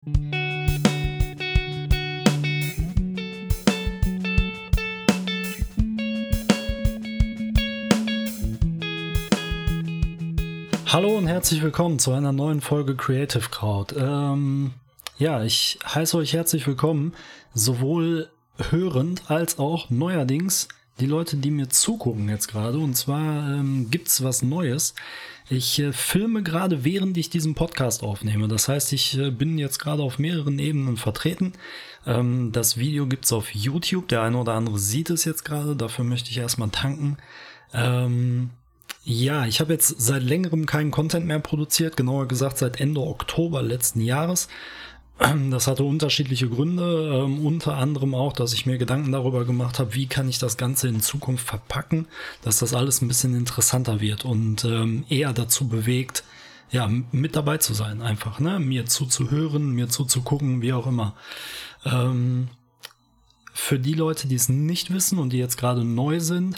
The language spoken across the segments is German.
Hallo und herzlich willkommen zu einer neuen Folge Creative Crowd. Ich heiße euch herzlich willkommen, sowohl hörend als auch neuerdings die Leute, die mir zugucken jetzt gerade. Und zwar gibt's was Neues. Ich filme gerade, während ich diesen Podcast aufnehme. Das heißt, ich bin jetzt gerade auf mehreren Ebenen vertreten. Das Video gibt's auf YouTube. Der eine oder andere sieht es jetzt gerade. Dafür möchte ich erstmal danken. Ich habe jetzt seit längerem keinen Content mehr produziert, genauer gesagt seit Ende Oktober letzten Jahres. Das hatte unterschiedliche Gründe, unter anderem auch, dass ich mir Gedanken darüber gemacht habe, wie kann ich das Ganze in Zukunft verpacken, dass das alles ein bisschen interessanter wird und eher dazu bewegt, ja, mit dabei zu sein einfach, ne, mir zuzuhören, mir zuzugucken, wie auch immer. Für die Leute, die es nicht wissen und die jetzt gerade neu sind,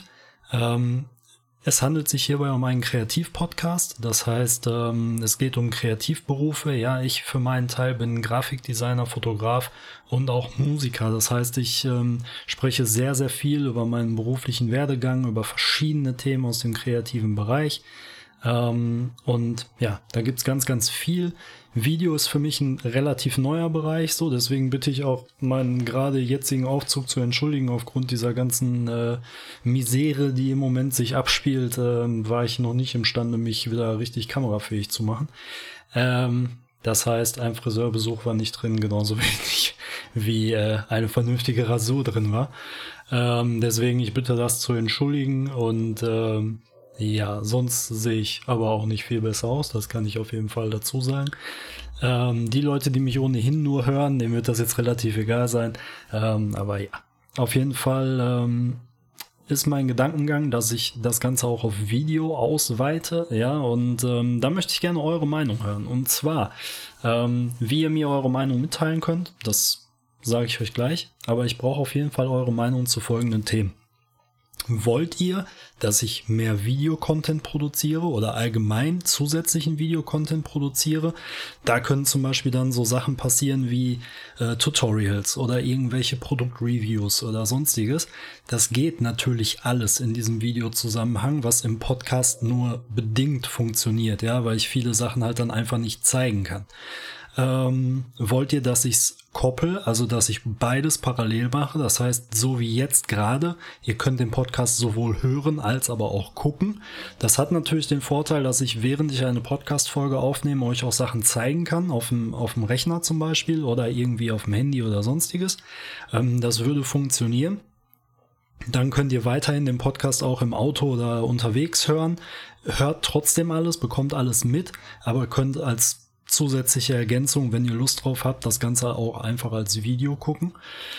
es handelt sich hierbei um einen Kreativ-Podcast, das heißt, es geht um Kreativberufe. Ja, ich für meinen Teil bin Grafikdesigner, Fotograf und auch Musiker. Das heißt, ich spreche sehr, sehr viel über meinen beruflichen Werdegang, über verschiedene Themen aus dem kreativen Bereich. Und ja, da gibt's ganz, ganz viel. Video ist für mich ein relativ neuer Bereich, so deswegen bitte ich auch meinen gerade jetzigen Aufzug zu entschuldigen. Aufgrund dieser ganzen Misere, die im Moment sich abspielt, war ich noch nicht imstande, mich wieder richtig kamerafähig zu machen. Das heißt, ein Friseurbesuch war nicht drin, genauso wenig wie eine vernünftige Rasur drin war. Deswegen, ich bitte das zu entschuldigen und ja, sonst sehe ich aber auch nicht viel besser aus, das kann ich auf jeden Fall dazu sagen. Die Leute, die mich ohnehin nur hören, denen wird das jetzt relativ egal sein. Aber ja, auf jeden Fall ist mein Gedankengang, dass ich das Ganze auch auf Video ausweite. Ja, und da möchte ich gerne eure Meinung hören. Und zwar, wie ihr mir eure Meinung mitteilen könnt, das sage ich euch gleich. Aber ich brauche auf jeden Fall eure Meinung zu folgenden Themen. Wollt ihr, dass ich mehr Videocontent produziere oder allgemein zusätzlichen Videocontent produziere? Da können zum Beispiel dann so Sachen passieren wie Tutorials oder irgendwelche Produktreviews oder sonstiges. Das geht natürlich alles in diesem Videozusammenhang, was im Podcast nur bedingt funktioniert, ja, weil ich viele Sachen halt dann einfach nicht zeigen kann. Wollt ihr, dass ich's koppel, also dass ich beides parallel mache, das heißt, so wie jetzt gerade, ihr könnt den Podcast sowohl hören als aber auch gucken. Das hat natürlich den Vorteil, dass ich, während ich eine Podcast-Folge aufnehme, euch auch Sachen zeigen kann, auf dem Rechner zum Beispiel oder irgendwie auf dem Handy oder sonstiges. Das würde funktionieren. Dann könnt ihr weiterhin den Podcast auch im Auto oder unterwegs hören. Hört trotzdem alles, bekommt alles mit, aber könnt als zusätzliche Ergänzung, wenn ihr Lust drauf habt, das Ganze auch einfach als Video gucken.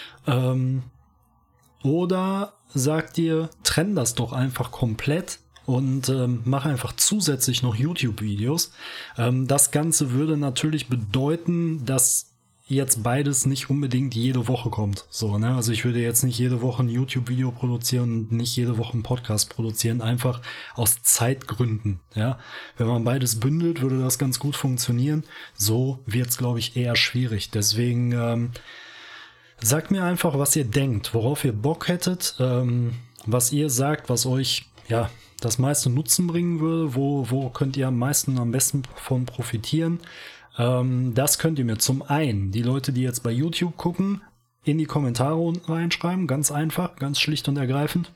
Oder sagt ihr, trenn das doch einfach komplett und mach einfach zusätzlich noch YouTube-Videos. Das Ganze würde natürlich bedeuten, dass jetzt beides nicht unbedingt jede Woche kommt. So, ne? Also ich würde jetzt nicht jede Woche ein YouTube-Video produzieren und nicht jede Woche einen Podcast produzieren, einfach aus Zeitgründen. Ja, wenn man beides bündelt, würde das ganz gut funktionieren. So wird's, glaube ich, eher schwierig. Deswegen sagt mir einfach, was ihr denkt, worauf ihr Bock hättet, was ihr sagt, was euch ja das meiste Nutzen bringen würde, wo könnt ihr am meisten, am besten von profitieren. Das könnt ihr mir zum einen, die Leute, die jetzt bei YouTube gucken, in die Kommentare unten reinschreiben. Ganz einfach, ganz schlicht und ergreifend.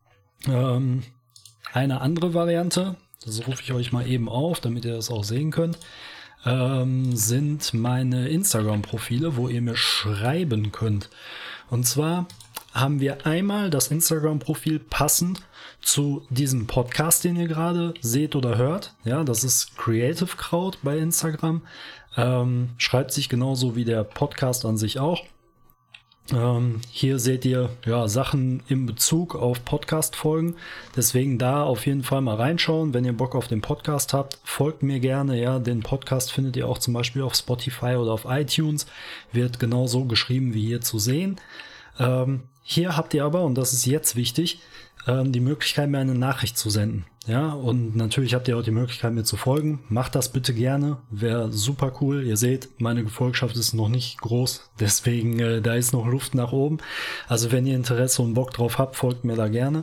Eine andere Variante, das rufe ich euch mal eben auf, damit ihr das auch sehen könnt, sind meine Instagram-Profile, wo ihr mir schreiben könnt. Und zwar haben wir einmal das Instagram-Profil passend zu diesem Podcast, den ihr gerade seht oder hört. Ja, das ist Creative Crowd bei Instagram. Schreibt sich genauso wie der Podcast an sich auch. Hier seht ihr ja Sachen in Bezug auf Podcast-Folgen. Deswegen da auf jeden Fall mal reinschauen. Wenn ihr Bock auf den Podcast habt, folgt mir gerne. Ja, den Podcast findet ihr auch zum Beispiel auf Spotify oder auf iTunes. Wird genauso geschrieben wie hier zu sehen. Hier habt ihr aber, und das ist jetzt wichtig, die Möglichkeit, mir eine Nachricht zu senden. Ja, und natürlich habt ihr auch die Möglichkeit, mir zu folgen. Macht das bitte gerne. Wäre super cool. Ihr seht, meine Gefolgschaft ist noch nicht groß. Deswegen, da ist noch Luft nach oben. Also wenn ihr Interesse und Bock drauf habt, folgt mir da gerne.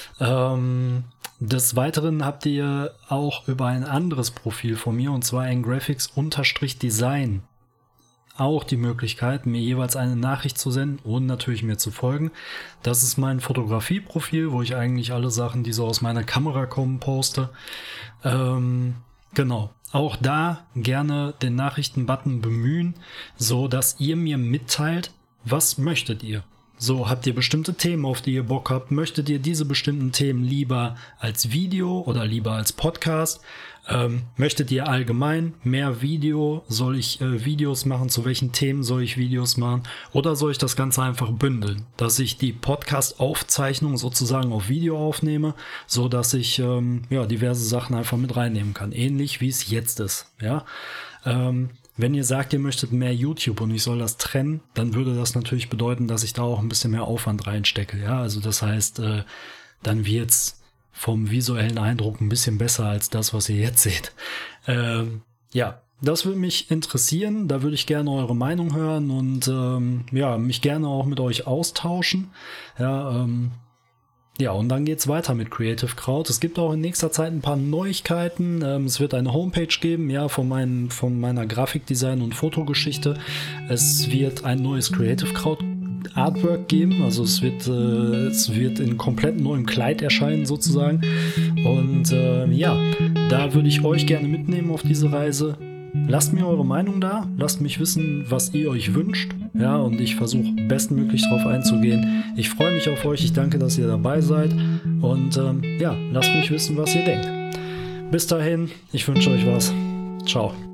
Des Weiteren habt ihr auch über ein anderes Profil von mir, und zwar ngraphics_design, auch die Möglichkeit, mir jeweils eine Nachricht zu senden und natürlich mir zu folgen. Das ist mein Fotografieprofil, wo ich eigentlich alle Sachen, die so aus meiner Kamera kommen, poste. Genau. Auch da gerne den Nachrichten-Button bemühen, so dass ihr mir mitteilt, was möchtet ihr. So, habt ihr bestimmte Themen, auf die ihr Bock habt? Möchtet ihr diese bestimmten Themen lieber als Video oder lieber als Podcast? Möchtet ihr allgemein mehr Video? Soll ich Videos machen? Zu welchen Themen soll ich Videos machen? Oder soll ich das Ganze einfach bündeln? Dass ich die Podcast-Aufzeichnung sozusagen auf Video aufnehme, so dass ich diverse Sachen einfach mit reinnehmen kann. Ähnlich wie es jetzt ist. Ja. Wenn ihr sagt, ihr möchtet mehr YouTube und ich soll das trennen, dann würde das natürlich bedeuten, dass ich da auch ein bisschen mehr Aufwand reinstecke. Ja, also das heißt, dann wird's vom visuellen Eindruck ein bisschen besser als das, was ihr jetzt seht. Das würde mich interessieren. Da würde ich gerne eure Meinung hören und mich gerne auch mit euch austauschen. Und dann geht's weiter mit Creative Crowd. Es gibt auch in nächster Zeit ein paar Neuigkeiten. Es wird eine Homepage geben, von meiner Grafikdesign- und Fotogeschichte. Es wird ein neues Creative Crowd Artwork geben. Also es wird in komplett neuem Kleid erscheinen sozusagen. Und da würde ich euch gerne mitnehmen auf diese Reise. Lasst mir eure Meinung da, lasst mich wissen, was ihr euch wünscht. Ja, und ich versuche bestmöglich drauf einzugehen. Ich freue mich auf euch, ich danke, dass ihr dabei seid. Und lasst mich wissen, was ihr denkt. Bis dahin, ich wünsche euch was. Ciao.